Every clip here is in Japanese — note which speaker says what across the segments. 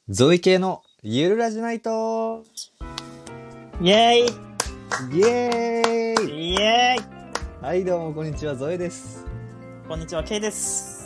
Speaker 1: ゾイ系のゆるラジナイト
Speaker 2: イエーイ
Speaker 1: イエーイ
Speaker 2: イエーイ
Speaker 1: はいどうもこんにちは、ゾエです。
Speaker 2: こんにちは、ケイです。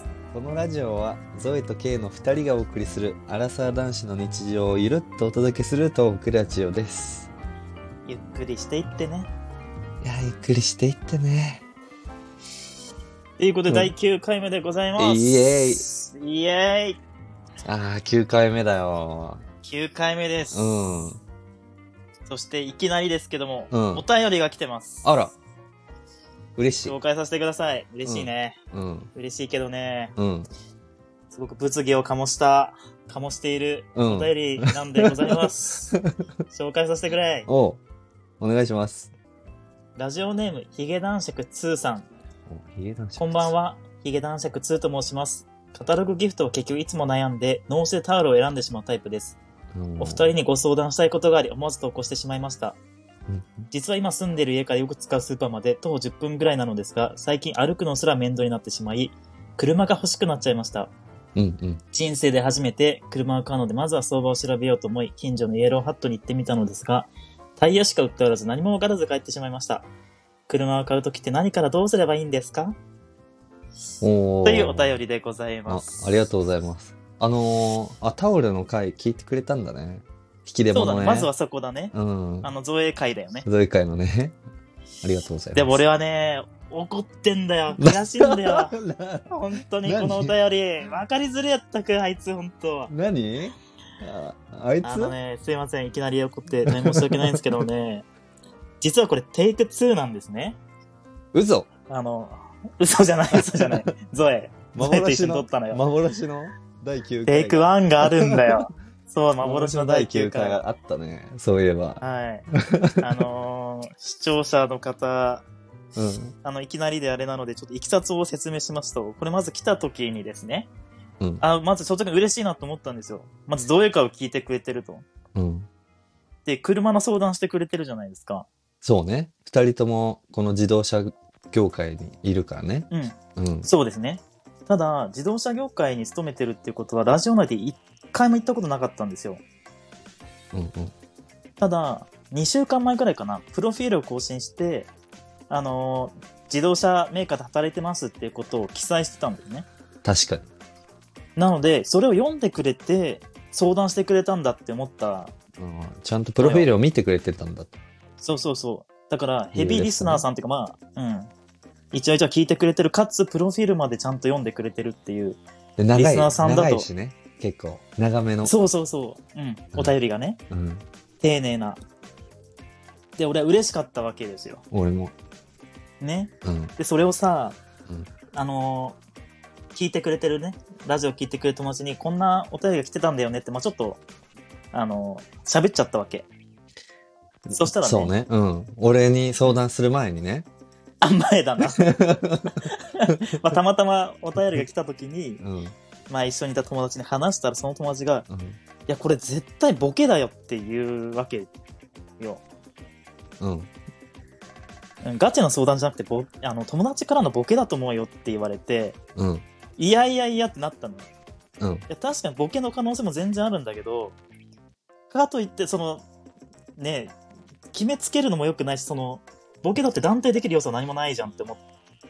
Speaker 1: このラジオはゾエとケイの2人がお送りするアラサー男子の日常をゆるっとお届けするトークラジオです。
Speaker 2: ゆっくりしていってね。
Speaker 1: いや、ゆっくりしていってね。
Speaker 2: ということで、第9回目でございます。
Speaker 1: イエー
Speaker 2: イイエーイ
Speaker 1: あー、9回目だよ。
Speaker 2: 9回目です。
Speaker 1: うん。
Speaker 2: そして、いきなりですけども、
Speaker 1: うん
Speaker 2: お便りが来てます。
Speaker 1: あら。嬉しい。
Speaker 2: 紹介させてください。嬉しいね。
Speaker 1: うん。
Speaker 2: 嬉しいけどね、
Speaker 1: うん。
Speaker 2: すごく物議を醸している
Speaker 1: うん
Speaker 2: お便りなんでございます。紹介させてくれ。
Speaker 1: お願いします。
Speaker 2: ラジオネーム、ヒゲ男爵2さん。
Speaker 1: お、ヒゲ男爵。
Speaker 2: こんばんは、ヒゲ男爵2と申します。カタログギフトは結局いつも悩んで、ノースでタオルを選んでしまうタイプです。お二人にご相談したいことがあり、思わず投稿してしまいました。実は今住んでいる家からよく使うスーパーまで徒歩10分ぐらいなのですが、最近歩くのすら面倒になってしまい、車が欲しくなっちゃいました。人生で初めて車を買うので、まずは相場を調べようと思い、近所のイエローハットに行ってみたのですが、タイヤしか売っておらず何もわからず帰ってしまいました。車を買うときって何からどうすればいいんですか？というお便りでございます。
Speaker 1: ありがとうございます。タオルの回聞いてくれたんだね。引き出物ね。
Speaker 2: そうだね。まずはそこだね。
Speaker 1: うん。
Speaker 2: 造営会だよね。
Speaker 1: 造営会のね。ありがとうございます。
Speaker 2: でも俺はね、怒ってんだよ。悔しいんだよ。本当にこのお便り。わかりづれやったく、あいつ本当。
Speaker 1: 何？あいつ？
Speaker 2: すいません。いきなり怒って大変申し訳ないんですけどね。実はこれテイク2なんですね。
Speaker 1: 嘘
Speaker 2: 嘘じゃない。ゾエ。
Speaker 1: 幻の
Speaker 2: 撮ったのよ。
Speaker 1: 幻の第9回。
Speaker 2: テイク1があるんだよ。そう、幻の第9回
Speaker 1: があったね。そういえば。
Speaker 2: はい。視聴者の方、いきなりであれなので、ちょっといきさつを説明しますと、これまず来た時にですね、まず率直に嬉しいなと思ったんですよ。まず、どういうかを聞いてくれてると。で、車の相談してくれてるじゃないですか。
Speaker 1: そうね。二人とも、この自動車業界にいるからね。
Speaker 2: そうですね。ただ、自動車業界に勤めてるっていうことは、ラジオ内で一回も行ったことなかったんですよ。ただ、2週間前くらいかな、プロフィールを更新して、自動車メーカーで働いてますっていうことを記載してたんですね。
Speaker 1: 確かに。
Speaker 2: なので、それを読んでくれて、相談してくれたんだって思った。
Speaker 1: ちゃんとプロフィールを見てくれてたんだと。
Speaker 2: そう。だから、ヘビーリスナーさんっていうか、一話聞いてくれてる、かつ、プロフィールまでちゃんと読んでくれてるっていう、リスナーさんだと。
Speaker 1: 長いしね。結構、長めの。
Speaker 2: そう。お便りがね。丁寧な。で、俺は嬉しかったわけですよ。
Speaker 1: 俺も。
Speaker 2: ね。で、それをさ、聞いてくれてるね、ラジオ聞いてくれる友達に、こんなお便りが来てたんだよねって、ちょっと、喋っちゃったわけ。そしたらね。
Speaker 1: そうね。俺に相談する前にね。
Speaker 2: 前だな。たまたまお便りが来た時に、一緒にいた友達に話したら、その友達が、いや、これ絶対ボケだよっていうわけよ。ガチの相談じゃなくて、友達からのボケだと思うよって言われて、いやってなったの。いや、確かにボケの可能性も全然あるんだけど、かといって、決めつけるのも良くないし、ボケだって断定できる要素は何もないじゃんって思った、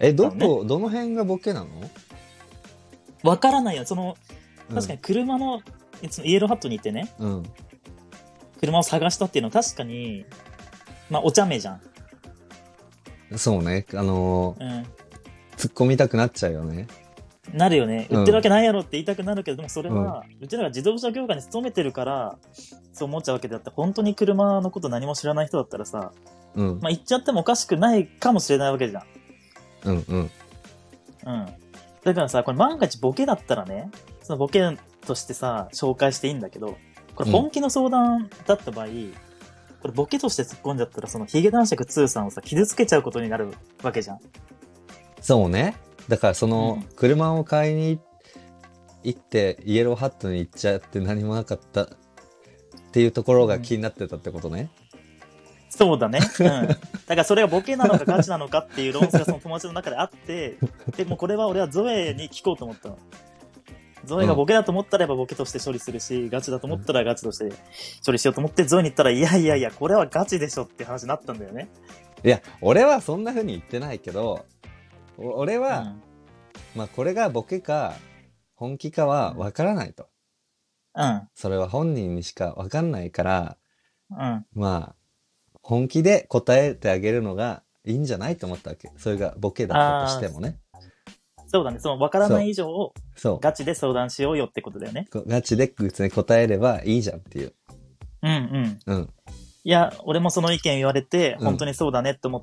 Speaker 2: ね。
Speaker 1: どの辺がボケなの？
Speaker 2: わからないよ。確かに車の、イエローハットにいてね、車を探したっていうのは確かに、お茶目じゃん。
Speaker 1: そうね。突っ込みたくなっちゃうよね。
Speaker 2: なるよね。売ってるわけないやろって言いたくなるけど、でもそれは、うちらが自動車業界に勤めてるから、そう思っちゃうわけであって、本当に車のこと何も知らない人だったらさ、言っちゃってもおかしくないかもしれないわけじゃん。だからさ、これ万が一ボケだったらね、そのボケとしてさ、紹介していいんだけど、これ本気の相談だった場合、これボケとして突っ込んじゃったら、そのヒゲ男爵2さんをさ、傷つけちゃうことになるわけじゃん。
Speaker 1: そうね。だから車を買いに行って、イエローハットに行っちゃって何もなかったっていうところが気になってたってことね。
Speaker 2: そうだね。だからそれがボケなのかガチなのかっていう論争がその友達の中であって、でもこれは俺はゾエに聞こうと思ったの。 ゾエがボケだと思ったらやっぱボケとして処理するし、ガチだと思ったらガチとして処理しようと思って、ゾエに言ったら、いやいやいや、これはガチでしょって話になったんだよね。
Speaker 1: いや、俺はそんな風に言ってないけど、俺は、まあこれがボケか本気かは分からないと。それは本人にしか分かんないから、まあ、本気で答えてあげるのがいいんじゃないと思ったわけ。それがボケだったとしてもね。
Speaker 2: そうだね。その分からない以上をガチで相談しようよってことだよね。
Speaker 1: ガチで別に答えればいいじゃんっていう。
Speaker 2: いや、俺もその意見言われて、本当にそうだねって思って、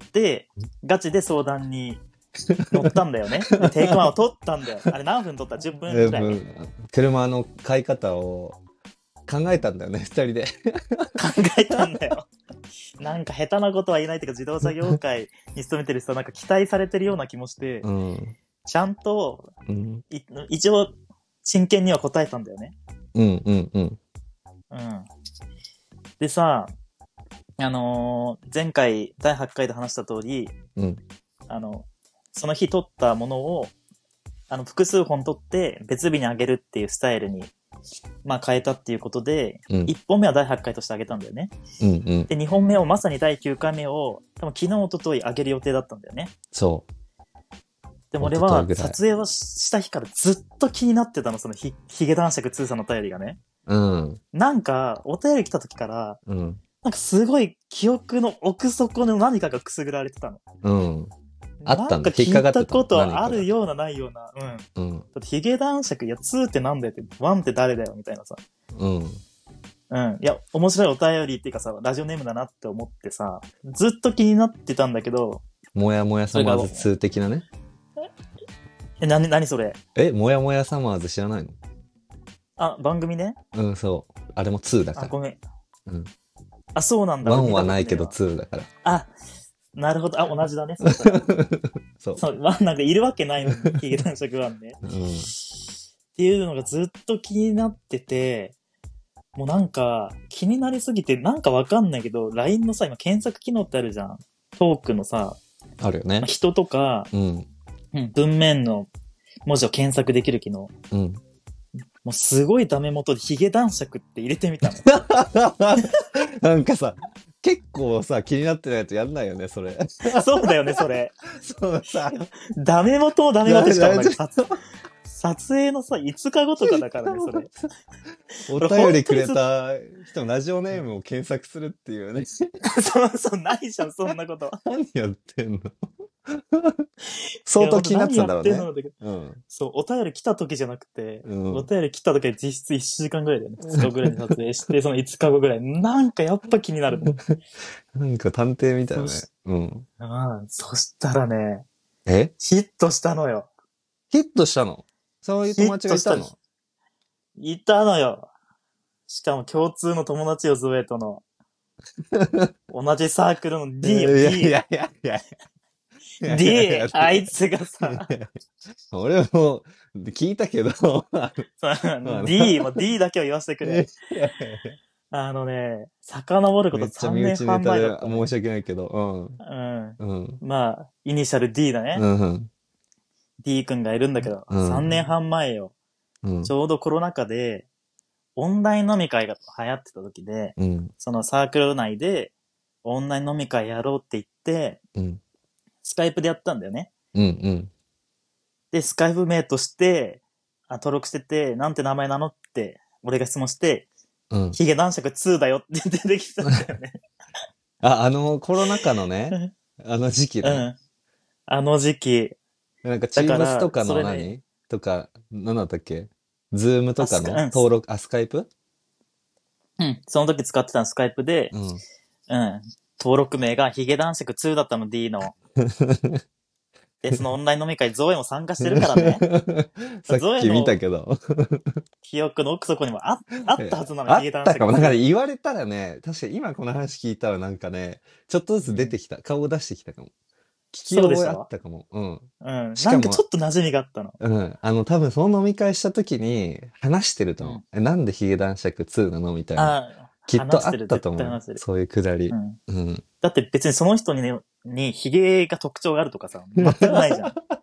Speaker 2: ガチで相談に乗ったんだよね。でテイクワンを取ったんだよ。あれ何分取った ?10 分くらい。
Speaker 1: 車の買い方を考えたんだよね、二人で。
Speaker 2: 考えたんだよ。なんか下手なことは言えないっていうか、自動車業界に勤めてる人はなんか期待されてるような気もして、ちゃんと、一応真剣には答えたんだよね。でさ、前回第8回で話した通り、その日撮ったものを、複数本撮って別日にあげるっていうスタイルに、まあ変えたっていうことで、1本目は第8回としてあげたんだよね。で、2本目をまさに第9回目を、多分昨日、一昨日あげる予定だったんだよね。
Speaker 1: そう。
Speaker 2: でも俺は撮影をした日からずっと気になってたの、そのヒゲ男爵2さんのお便りがね。なんか、お便り来た時から、なんかすごい記憶の奥底の何かがくすぐられてたの。
Speaker 1: あったんだ。
Speaker 2: なんか聞いたことあるようなないような。だってヒゲ男爵、いや、2ってなんだよって、1って誰だよみたいなさ。いや、面白いお便りっていうかさ、ラジオネームだなって思ってさ、ずっと気になってたんだけど。
Speaker 1: もやもやサマーズ2的なね。
Speaker 2: 何それ？
Speaker 1: もやもやサマーズ知らないの？
Speaker 2: あ、番組ね。
Speaker 1: そう。あれも2だから。
Speaker 2: ごめん。あ、そうなんだ。
Speaker 1: 1はないけど2だから。
Speaker 2: あ、なるほど。あ、同じだね。そう。そう、なんかいるわけないのに、ヒゲ男爵1ね。っていうのがずっと気になってて、もうなんか、気になりすぎて、なんかわかんないけど、LINE のさ、今検索機能ってあるじゃん。トークのさ、
Speaker 1: あるよね。
Speaker 2: 人とか、文面の文字を検索できる機能。もうすごいダメ元でヒゲ男爵って入れてみたの。
Speaker 1: なんかさ、結構さ、気になってないとやんないよね、それ。
Speaker 2: そうだよね、それ。
Speaker 1: そうさ。
Speaker 2: ダメ元をダメ元しかもなんか撮影のさ、5日後とかだからね、それ。
Speaker 1: お便りくれた人のラジオネームを検索するっていうね。
Speaker 2: そう、ないじゃん、そんなこと。
Speaker 1: 何やってんの？相当気になってたんだろうね。
Speaker 2: そう、お便り来た時じゃなくて、お便り来た時は実質1週間ぐらいだよね。2日ぐらいに撮影して、その5日後ぐらい。なんかやっぱ気になる。
Speaker 1: なんか探偵みたいなね。
Speaker 2: そしたらね、ヒットしたのよ。
Speaker 1: ヒットしたの？そういう友達がいたの？
Speaker 2: いたのよ。しかも共通の友達よ、ズエとの。同じサークルの D よ、D。
Speaker 1: いや。
Speaker 2: D、あいつがさ。
Speaker 1: 俺も聞いたけど。
Speaker 2: D だけは言わせてくれ。遡ること3年半前だった、
Speaker 1: 申し訳ないけど。
Speaker 2: まあ、イニシャル D だね。D 君がいるんだけど、3年半前よ。ちょうどコロナ禍で、オンライン飲み会が流行ってた時で、そのサークル内で、オンライン飲み会やろうって言って、スカイプでやったんだよね。で、スカイプ名として、登録してて、なんて名前なのって、俺が質問して、ヒゲ男爵2だよって出てきたんだよね。
Speaker 1: コロナ禍のね、時期ね。
Speaker 2: あの時期。
Speaker 1: なんか、チームスとかの何とか、何だったっけ？ズームとかの登録、スカイプ？
Speaker 2: その時使ってたのスカイプで、登録名がヒゲ男爵2だったの、D の。で、そのオンライン飲み会、ゾエも参加してるからね。
Speaker 1: さっき見たけど。
Speaker 2: 記憶の奥底にもあったはずなの、ヒゲ男爵。
Speaker 1: あったかも。だから言われたらね、確かに今この話聞いたらなんかね、ちょっとずつ出てきた。顔を出してきたかも。聞き覚えあったかも。
Speaker 2: なんかちょっと馴染みがあったの。
Speaker 1: 多分その飲み会した時に話してると思う。なんでヒゲ男爵2なのみたいな。きっとあったと思う。そういうくだり。
Speaker 2: だって別にその人にヒゲが特徴があるとかさ、全くないじゃん。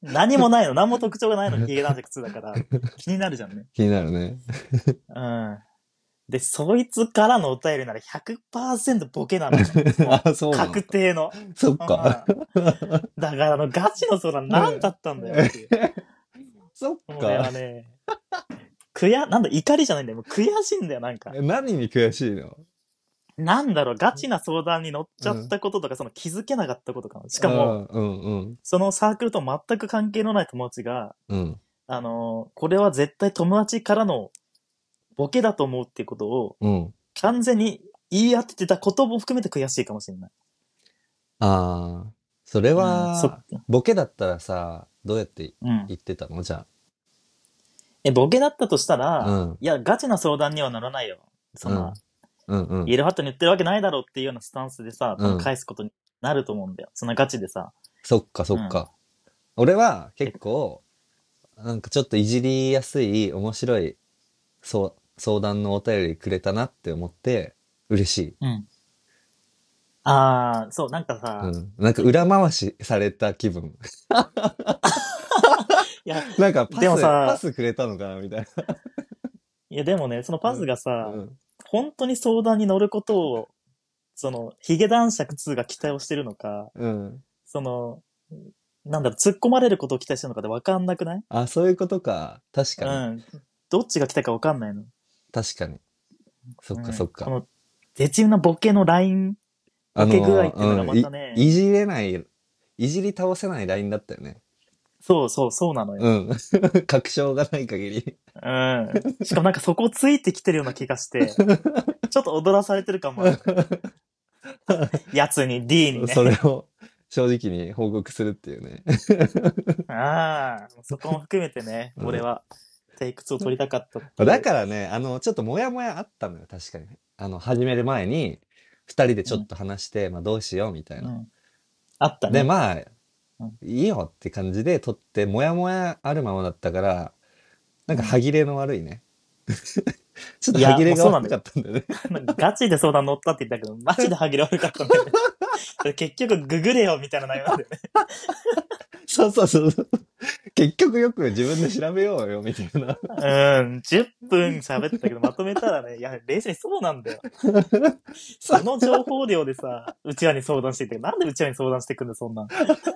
Speaker 2: 何もないの。何も特徴がないのにヒゲ男爵2だから、気になるじゃんね。
Speaker 1: 気になるね。
Speaker 2: うん。で、そいつからのお便りなら 100% ボケなの。
Speaker 1: あ、そうなの。
Speaker 2: 確定の。
Speaker 1: そっか。
Speaker 2: だからガチの相談何だったんだよっていう。
Speaker 1: そっか。
Speaker 2: 俺はね、なんだ、怒りじゃないんだよ。もう悔しいんだよ、なんか。
Speaker 1: 何に悔しいの？
Speaker 2: なんだろう、ガチな相談に乗っちゃったこととか、その気づけなかったことかな。しかも、そのサークルと全く関係のない友達が、これは絶対友達からのボケだと思うっていうことを、完全に言い当ててたことも含めて悔しいかもしれない。
Speaker 1: ああ、それは、ボケだったらさ、どうやって言ってたの？じゃ
Speaker 2: あ。ボケだったとしたら、いや、ガチな相談にはならないよ。そんな、イエローハットに言ってるわけないだろうっていうようなスタンスでさ、返すことになると思うんだよ。そんなガチでさ。
Speaker 1: そっかそっか。俺は結構、なんかちょっといじりやすい、面白い、相談のお便りくれたなって思って、嬉しい。
Speaker 2: ああ、そう、なんかさ、
Speaker 1: なんか裏回しされた気分。いや、なんかパスくれたのかなみたいな。
Speaker 2: いや、でもね、そのパスがさ、本当に相談に乗ることを、その、ヒゲ男爵2が期待をしてるのか、その、なんだろう、突っ込まれることを期待してるのかで分かんなくない？
Speaker 1: あ、そういうことか。確かに。
Speaker 2: どっちが来たか分かんないの。
Speaker 1: 確かに。そっかそっか。
Speaker 2: この、絶妙なボケのライン、ボケ具合っていうのがまたね、
Speaker 1: いじり倒せないラインだったよね。
Speaker 2: そうなのよ。
Speaker 1: 確証がない限り。
Speaker 2: しかもなんかそこをついてきてるような気がして、ちょっと踊らされてるかもある。やつに、D にね。
Speaker 1: それを正直に報告するっていうね。
Speaker 2: そこも含めてね、俺は、テイク2を取りたかった。
Speaker 1: だからね、ちょっとモヤモヤあったのよ、確かに。始める前に、二人でちょっと話して、まあどうしようみたいな。
Speaker 2: あったね。
Speaker 1: で、まあ、いいよって感じで撮って、もやもやあるままだったから、なんか歯切れの悪いね。ちょっと歯切れが悪かったんだよね。
Speaker 2: ガチで相談乗ったって言ったけど、マジで歯切れ悪かったんだよね。結局ググれよみたいな内容なんだよね。
Speaker 1: そう。結局よく自分で調べようよみたいな。
Speaker 2: 10分喋ったけどまとめたらね、いや、冷静にそうなんだよ。その情報量でさ、うちわに相談していて、なんでうちわに相談してくんだそんなん。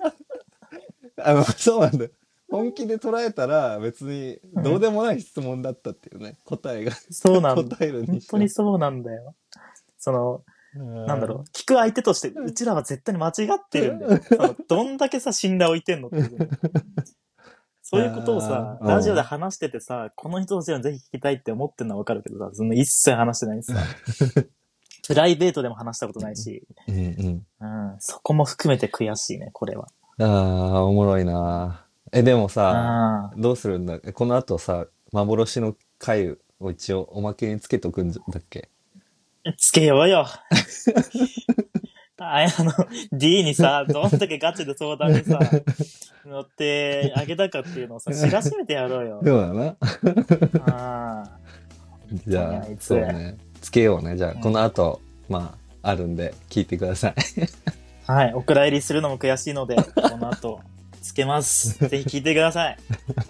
Speaker 1: そうなんだよ。本気で捉えたら別にどうでもない質問だったっていうね、答えが。
Speaker 2: そうなんだ。
Speaker 1: 答えるに
Speaker 2: 本当にそうなんだよ。その、なんだろう、聞く相手として、うちらは絶対に間違ってるんだよ。どんだけさ、信頼を置いてんのっていう。そういうことをさ、ラジオで話しててさ、この人たちはぜひ聞きたいって思ってるのはわかるけどさ、その一切話してないんさ。プライベートでも話したことないし、そこも含めて悔しいね、これは。
Speaker 1: おもろいな。でもさ、どうするんだ？この後さ、幻の回を一応おまけにつけとくんだっけ？
Speaker 2: つけようよ。D にさ、どんだけガチで相談にさ、乗ってあげたかっていうのをさ、知らしめてやろうよ。
Speaker 1: そうだな。じゃあ、そうね。つけようね。じゃあ、この後、まあ、あるんで、聞いてください。
Speaker 2: はい。お蔵入りするのも悔しいので、この後、つけます。ぜひ聞いてください。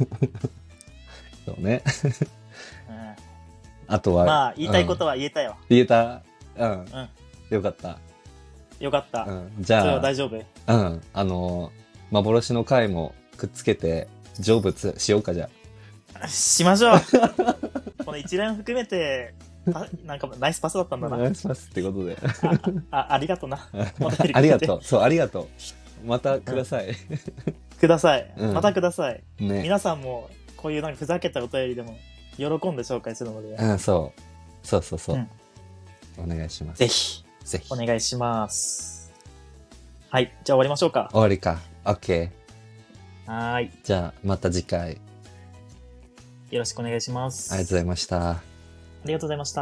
Speaker 1: そうね。あとは。
Speaker 2: まあ、言いたいことは言えたよ。
Speaker 1: 言えた。よかった。
Speaker 2: よかった。
Speaker 1: じゃあ。
Speaker 2: それは大丈夫？
Speaker 1: 幻の回もくっつけて、成仏しようか、じゃ
Speaker 2: あ。しましょう。この一連含めて、なんかナイスパスだったんだな。
Speaker 1: ナイスパスってことで。
Speaker 2: ありがとうな。
Speaker 1: ありがとう。そう、ありがとう。またください。
Speaker 2: ください。またください。皆さんも、こういうなんかふざけたお便りでも、喜んで紹介するので。
Speaker 1: そう。お願いします。
Speaker 2: ぜひ。お願いします。はい。じゃあ終わりましょうか。
Speaker 1: 終わりか。OK。
Speaker 2: はい。
Speaker 1: じゃあ、また次回。
Speaker 2: よろしくお願いします。
Speaker 1: ありがとうございました。
Speaker 2: ありがとうございました。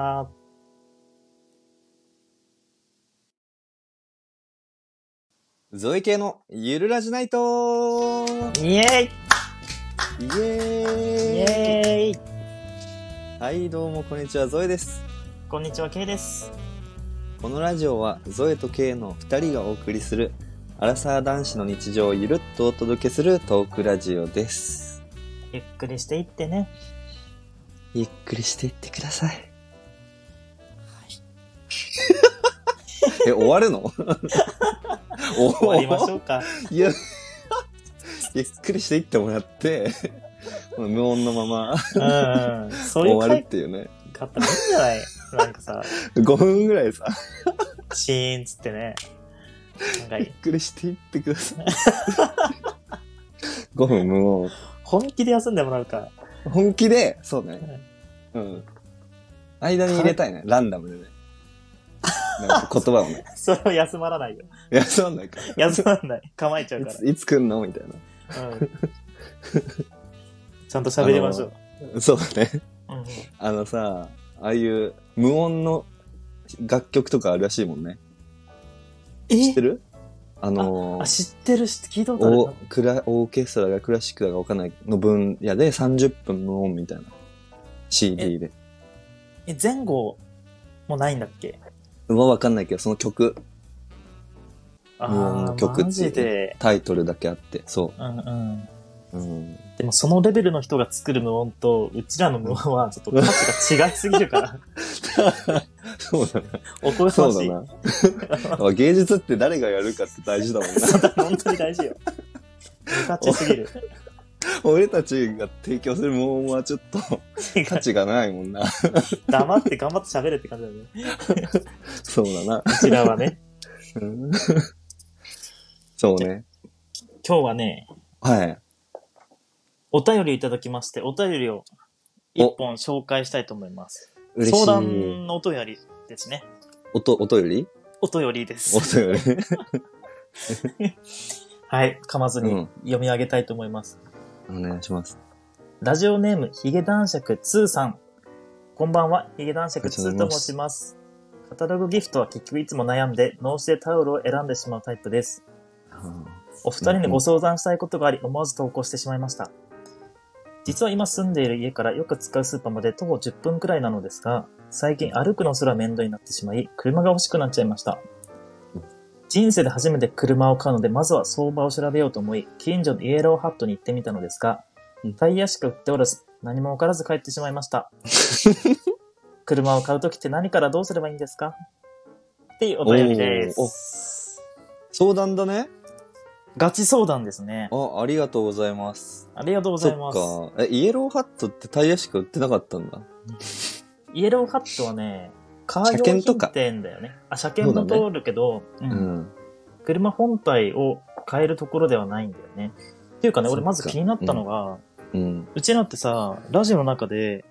Speaker 1: ゾイ系のゆるラジナイト
Speaker 2: イエーイ
Speaker 1: イエーイ
Speaker 2: イエーイ
Speaker 1: はい、どうもこんにちは、ゾエです。
Speaker 2: こんにちは、ケイです。
Speaker 1: このラジオはゾエとケイの2人がお送りするアラサー男子の日常をゆるっとお届けするトークラジオです。
Speaker 2: ゆっくりしていってね。
Speaker 1: ゆっくりしていってください。はい、終わるの
Speaker 2: 終わりましょうか。
Speaker 1: いや、ゆっくりしていってもらって、無音のままそういう終わるっていうね。
Speaker 2: 買ったらいいんじゃない？なんかさ、
Speaker 1: 5分ぐらいさ、
Speaker 2: シーンつってね。
Speaker 1: ゆっくりしていってください。5分無音。
Speaker 2: 本気で休んでもらうか。
Speaker 1: 本気で、そうね。うん。間に入れたいね。ランダムでね。なんか言葉をね。
Speaker 2: それは休まらないよ。
Speaker 1: 休まんないか。
Speaker 2: 休まんない。構えちゃうから。
Speaker 1: いつ来んのみたいな。
Speaker 2: うん。ちゃんと喋りましょ
Speaker 1: う。そうだね。
Speaker 2: うん、
Speaker 1: さ、ああいう無音の楽曲とかあるらしいもんね。知ってる？
Speaker 2: 知ってる聞いたことある。
Speaker 1: オーケストラがクラシックだかわかんないの分野で30分無音みたいな CD で。
Speaker 2: 前後もないんだっけ？
Speaker 1: わかんないけど、その曲。無音の曲っていうタイトルだけあって、そう。でもそのレベルの人が作る無音と、うちらの無音はちょっと価値が違いすぎるから。 そうだな。
Speaker 2: おこがましい。そう
Speaker 1: だな。芸術って誰がやるかって大事だもんね。
Speaker 2: 本当に大事よ。価値すぎる。
Speaker 1: 俺たちが提供する無音はちょっと価値がないもんな。
Speaker 2: 黙って頑張って喋れって感じだね。
Speaker 1: そうだな。
Speaker 2: うちらはね。
Speaker 1: そうね。
Speaker 2: 今日はね。
Speaker 1: はい。
Speaker 2: お便りいただきまして、お便りを一本紹介したいと思います。
Speaker 1: 嬉しい。
Speaker 2: 相談のお便りですね。
Speaker 1: お便り？
Speaker 2: お便りです。
Speaker 1: お便
Speaker 2: り。はい、噛まずに読み上げたいと思います。
Speaker 1: お願いします。
Speaker 2: ラジオネーム、ヒゲ男爵2さん。こんばんは、ヒゲ男爵2と申します。カタログギフトは結局いつも悩んで、脳死でタオルを選んでしまうタイプです。お二人にご相談したいことがあり、思わず投稿してしまいました。実は今住んでいる家からよく使うスーパーまで徒歩10分くらいなのですが、最近歩くのすら面倒になってしまい、車が欲しくなっちゃいました。人生で初めて車を買うので、まずは相場を調べようと思い、近所のイエローハットに行ってみたのですが、タイヤしか売っておらず、何も分からず帰ってしまいました。車を買うときって何からどうすればいいんですか？っていうお便りです。
Speaker 1: 相談だね。
Speaker 2: ガチ相談ですね。
Speaker 1: ありがとうございます。
Speaker 2: ありがとうございます。
Speaker 1: そっか。イエローハットってタイヤしか売ってなかったんだ。
Speaker 2: イエローハットはね、カー用品店だよね。車検も通るけど、車本体を買えるところではないんだよね。っていうかね、俺まず気になったのが、うちらってさ、ラジオの中で、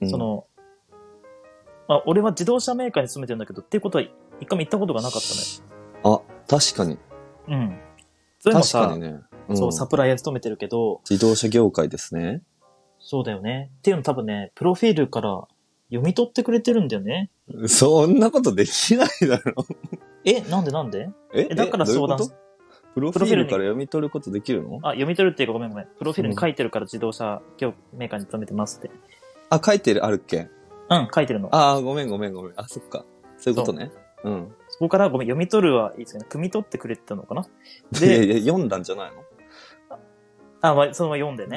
Speaker 2: 俺は自動車メーカーに勤めてるんだけど、っていうことは一回も行ったことがなかったね。
Speaker 1: 確かに。
Speaker 2: うん。それもさ、
Speaker 1: 確かにね。
Speaker 2: そう、サプライヤー勤めてるけど。
Speaker 1: 自動車業界ですね。
Speaker 2: そうだよね。っていうの多分ね、プロフィールから読み取ってくれてるんだよね。
Speaker 1: そんなことできないだろ。
Speaker 2: なんでだから相談
Speaker 1: プロフィールから読み取ることできるの？
Speaker 2: 読み取るっていうかごめん。プロフィールに書いてるから自動車メーカーに勤めてますって。
Speaker 1: 書いてるあるっけ？
Speaker 2: うん、書いてるの。
Speaker 1: ごめん。そっか。そういうことね。
Speaker 2: そこから読み取るはいいですよね。汲み取ってくれてたのかな？
Speaker 1: で、読んだんじゃない
Speaker 2: の？そのまま読んでね。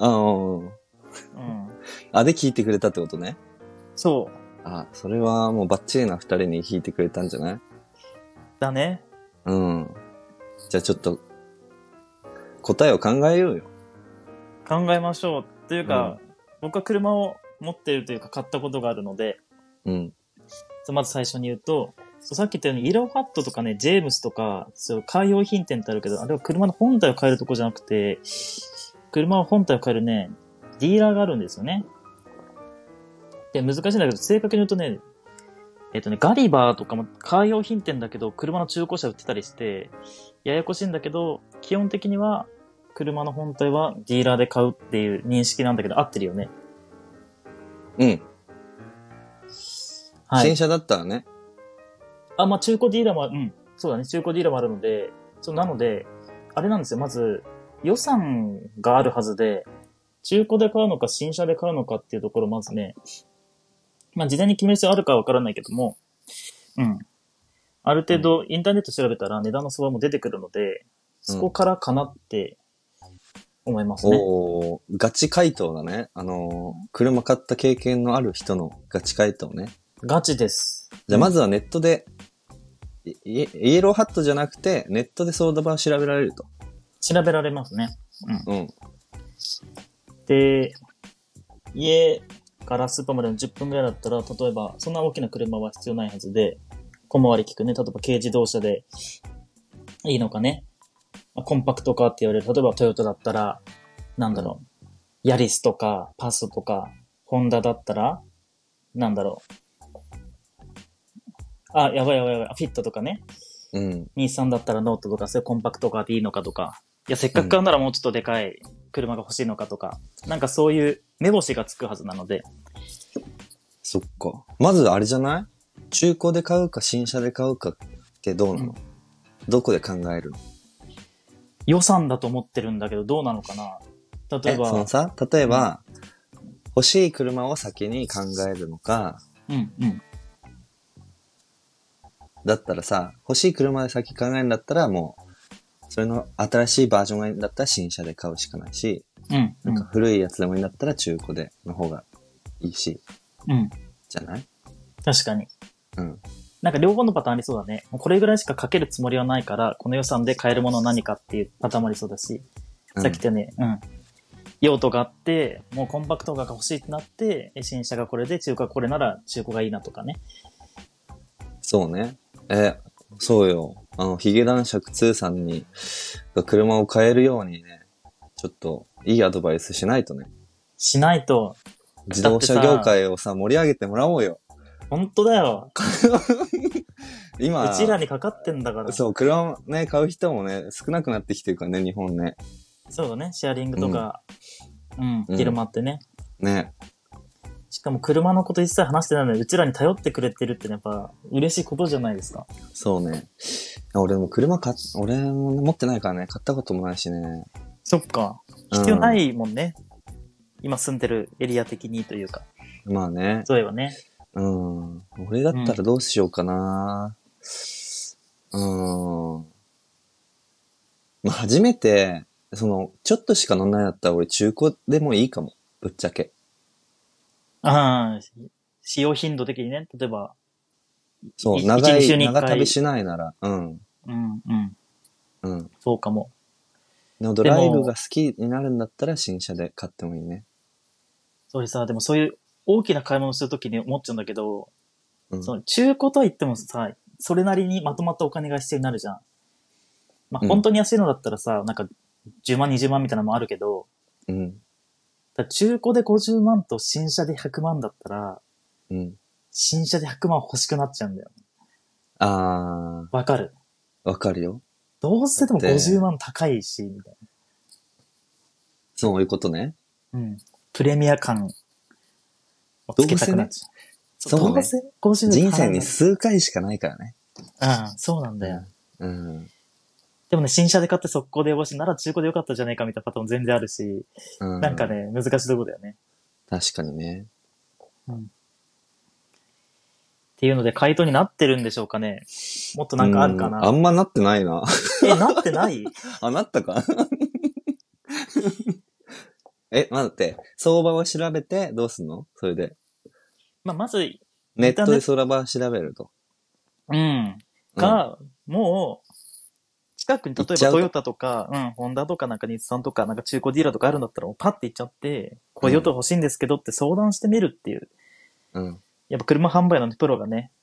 Speaker 1: で聞いてくれたってことね。
Speaker 2: そう。
Speaker 1: それはもうバッチリな二人に弾いてくれたんじゃない？
Speaker 2: だね。
Speaker 1: じゃあちょっと、答えを考えようよ。
Speaker 2: 考えましょう。というか、僕は車を持っているというか買ったことがあるので、まず最初に言うと、さっき言ったようにイエローハットとかね、ジェームスとか、カー用品店ってあるけど、あれは車の本体を買えるとこじゃなくて、車の本体を買えるね、ディーラーがあるんですよね。で、難しいんだけど、正確に言うとね、ガリバーとかもカー用品店だけど、車の中古車売ってたりして、ややこしいんだけど、基本的には、車の本体はディーラーで買うっていう認識なんだけど、合ってるよね。
Speaker 1: はい。新車だったらね。
Speaker 2: 中古ディーラーも、そうだね、中古ディーラーもあるので、なので、あれなんですよ、まず、予算があるはずで、中古で買うのか新車で買うのかっていうところまずね、事前に決める必要あるかはわからないけども、 ある程度インターネット調べたら値段の相場も出てくるので、そこからかなって思いますね。
Speaker 1: おー、ガチ回答だね。車買った経験のある人のガチ回答ね。
Speaker 2: ガチです。
Speaker 1: じゃあまずはネットで、イエローハットじゃなくて、ネットで相場を調べられると。
Speaker 2: 調べられますね。
Speaker 1: うん。
Speaker 2: で、家からスーパーまでの10分ぐらいだったら、例えば、そんな大きな車は必要ないはずで、小回り利くね。例えば軽自動車でいいのかね。コンパクトカーって言われる。例えばトヨタだったら、なんだろう。ヤリスとか、パスとか、ホンダだったら、なんだろう。あ、やばい。フィットとかね。
Speaker 1: うん。
Speaker 2: 日産だったらノートとか、そういうコンパクトカーでいいのかとか。いや、せっかく買うならもうちょっとでかい車が欲しいのかとか。なんかそういう目星がつくはずなので。
Speaker 1: そっか。まずあれじゃない？中古で買うか新車で買うかってどうなの？どこで考えるの？
Speaker 2: 予算だと思ってるんだけど、どうなのかな？例えば。
Speaker 1: 例えば、欲しい車を先に考えるのか、だったらさ、欲しい車で先考えるんだったらもう、それの新しいバージョンがいいんだったら新車で買うしかないし、なんか古いやつでもいいんだったら中古での方がいいし、じゃない？
Speaker 2: 確かに。
Speaker 1: うん。
Speaker 2: なんか両方のパターンありそうだね。これぐらいしかかけるつもりはないから、この予算で買えるものは何かっていうパターンもありそうだし、さっき言ったよね、用途があって、もうコンパクトが欲しいってなって、新車がこれで、中古がこれなら中古がいいなとかね。
Speaker 1: そうね。そうよ。ヒゲ男爵2さんに、車を買えるようにね、ちょっと、いいアドバイスしないとね。
Speaker 2: しないと。
Speaker 1: 自動車業界をさ、盛り上げてもらおうよ。
Speaker 2: 本当だよ。
Speaker 1: 今、
Speaker 2: うちらにかかってんだから。
Speaker 1: そう、車ね、買う人もね、少なくなってきてるからね、日本ね。
Speaker 2: そうだね、シェアリングとか、広まってね。
Speaker 1: ね。
Speaker 2: しかも車のこと一切話してないのに、うちらに頼ってくれてるってやっぱ嬉しいことじゃないですか。
Speaker 1: そうね。俺も俺も持ってないからね、買ったこともないしね。
Speaker 2: そっか。必要ないもんね。今住んでるエリア的にというか。
Speaker 1: まあね。
Speaker 2: そういえばね。
Speaker 1: 俺だったらどうしようかな。まあ、初めて、ちょっとしか乗んないんだったら俺中古でもいいかも。ぶっちゃけ。
Speaker 2: 使用頻度的にね、例えば。
Speaker 1: そう、長旅しないなら。
Speaker 2: そうかも。
Speaker 1: でもドライブが好きになるんだったら新車で買ってもいいね。
Speaker 2: でもそういう大きな買い物するときに思っちゃうんだけど、その中古とは言ってもさ、それなりにまとまったお金が必要になるじゃん。まあ、本当に安いのだったらさ、なんか10万、20万みたいなのもあるけど、中古で50万と新車で100万だったら、新車で100万欲しくなっちゃうんだよ。わかる？
Speaker 1: わかるよ。
Speaker 2: どうせでも50万高いし、みたいな。
Speaker 1: そういうことね。
Speaker 2: プレミア感をつけたくなっちゃう。
Speaker 1: そうね。人生に数回しかないからね。
Speaker 2: そうなんだよ。でもね、新車で買って速攻で応募しなら中古でよかったじゃねえかみたいなパターンも全然あるし、なんかね、難しいとこだよね。
Speaker 1: 確かにね。
Speaker 2: っていうので回答になってるんでしょうかね。もっとなんかあるかな。
Speaker 1: あんまなってないな。
Speaker 2: なってない？
Speaker 1: なったか待って、相場を調べてどうすんの？それで。
Speaker 2: まず、
Speaker 1: ネットで相場を調べると。
Speaker 2: もう、近くに例えばトヨタとか、ホンダとかなんか日産とかなんか中古ディーラーとかあるんだったらパッて行っちゃって、こういう用途欲しいんですけどって相談してみるっていう。やっぱ車販売のプロがね、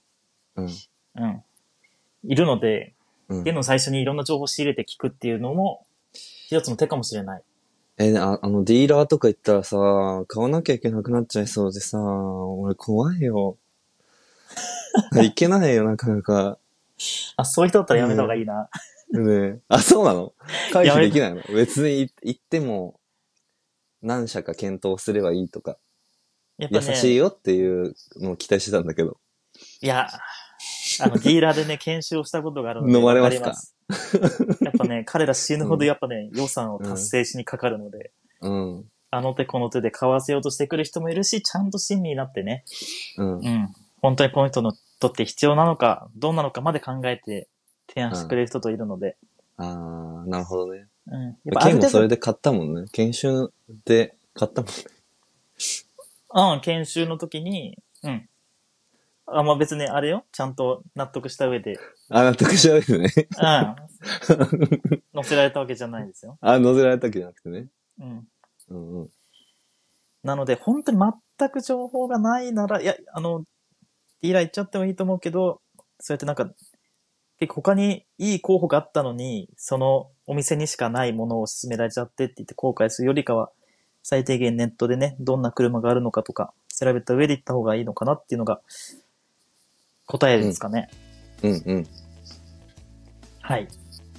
Speaker 2: いるので、っていうのを最初にいろんな情報を仕入れて聞くっていうのも、一つの手かもしれない。
Speaker 1: ディーラーとか行ったらさ、買わなきゃいけなくなっちゃいそうでさ、俺怖いよ。いけないよ、なかなか。
Speaker 2: そういう人だったらやめた方がいいな。
Speaker 1: そうなの？回避できないの？別に行っても、何社か検討すればいいとか。優しいよっていうのを期待してたんだけど。
Speaker 2: いや、ディーラーでね、研修をしたことがあるので。
Speaker 1: 飲まれますか？
Speaker 2: やっぱね、彼ら死ぬほどやっぱね、予算を達成しにかかるので。あの手この手で買わせようとしてくる人もいるし、ちゃんと親身になってね。 本当にこの人にとって必要なのか、どうなのかまで考えて提案してくれる人といるので。
Speaker 1: ああ、なるほどね。
Speaker 2: うん。
Speaker 1: やっぱケンもそれで買ったもんね。研修で買ったもんね。
Speaker 2: うん、研修の時に、うん。あ、まあ別にあれよ。ちゃんと納得した上で。
Speaker 1: 納得した上でね。
Speaker 2: うん。乗せられたわけじゃないですよ。
Speaker 1: 乗せられたわけじゃなくてね。
Speaker 2: うん。
Speaker 1: うんうん。
Speaker 2: なので、本当に全く情報がないなら、いや、ディーラー行っちゃってもいいと思うけど、そうやってなんか、結構他にいい候補があったのに、そのお店にしかないものを勧められちゃってって言って後悔するよりかは、最低限ネットでね、どんな車があるのかとか、調べた上で行った方がいいのかなっていうのが、答えですかね。
Speaker 1: うんうん。
Speaker 2: はい。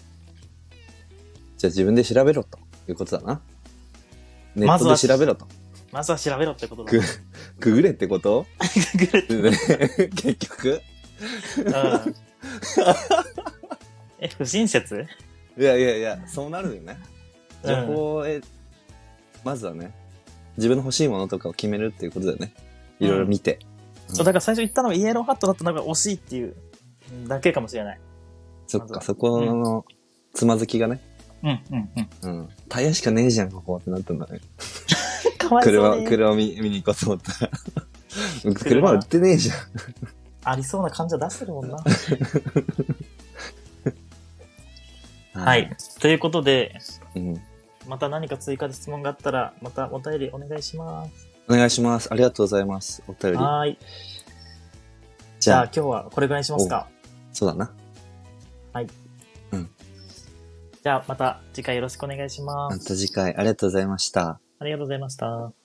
Speaker 1: じゃあ自分で調べろということだな。ネットで調べろと。
Speaker 2: まずは調べろってことだ。
Speaker 1: ググれってこと
Speaker 2: ググれって
Speaker 1: 結局
Speaker 2: うん。不親切？
Speaker 1: いや、そうなるよね。情報へ、まずはね、自分の欲しいものとかを決めるっていうことだよね。いろいろ見て。
Speaker 2: そう、だから最初言ったのがイエローハットだとなんか惜しいっていうだけかもしれない。
Speaker 1: そっか、そこのつまずきがね。うん。タイヤしかねえじゃん、ここってなったんだね。
Speaker 2: かわいそうね。
Speaker 1: 車を見に行こうと思ったら。車売ってねえじゃん。
Speaker 2: ありそうな感じは出してるもんな。はい。ということで、また何か追加で質問があったら、またお便りお願いします。
Speaker 1: お願いします。ありがとうございます。お便り。
Speaker 2: はい。じゃあ今日はこれぐらいにしますか。
Speaker 1: そうだな。
Speaker 2: はい。
Speaker 1: うん。
Speaker 2: じゃあまた次回よろしくお願いします。
Speaker 1: また次回ありがとうございました。
Speaker 2: ありがとうございました。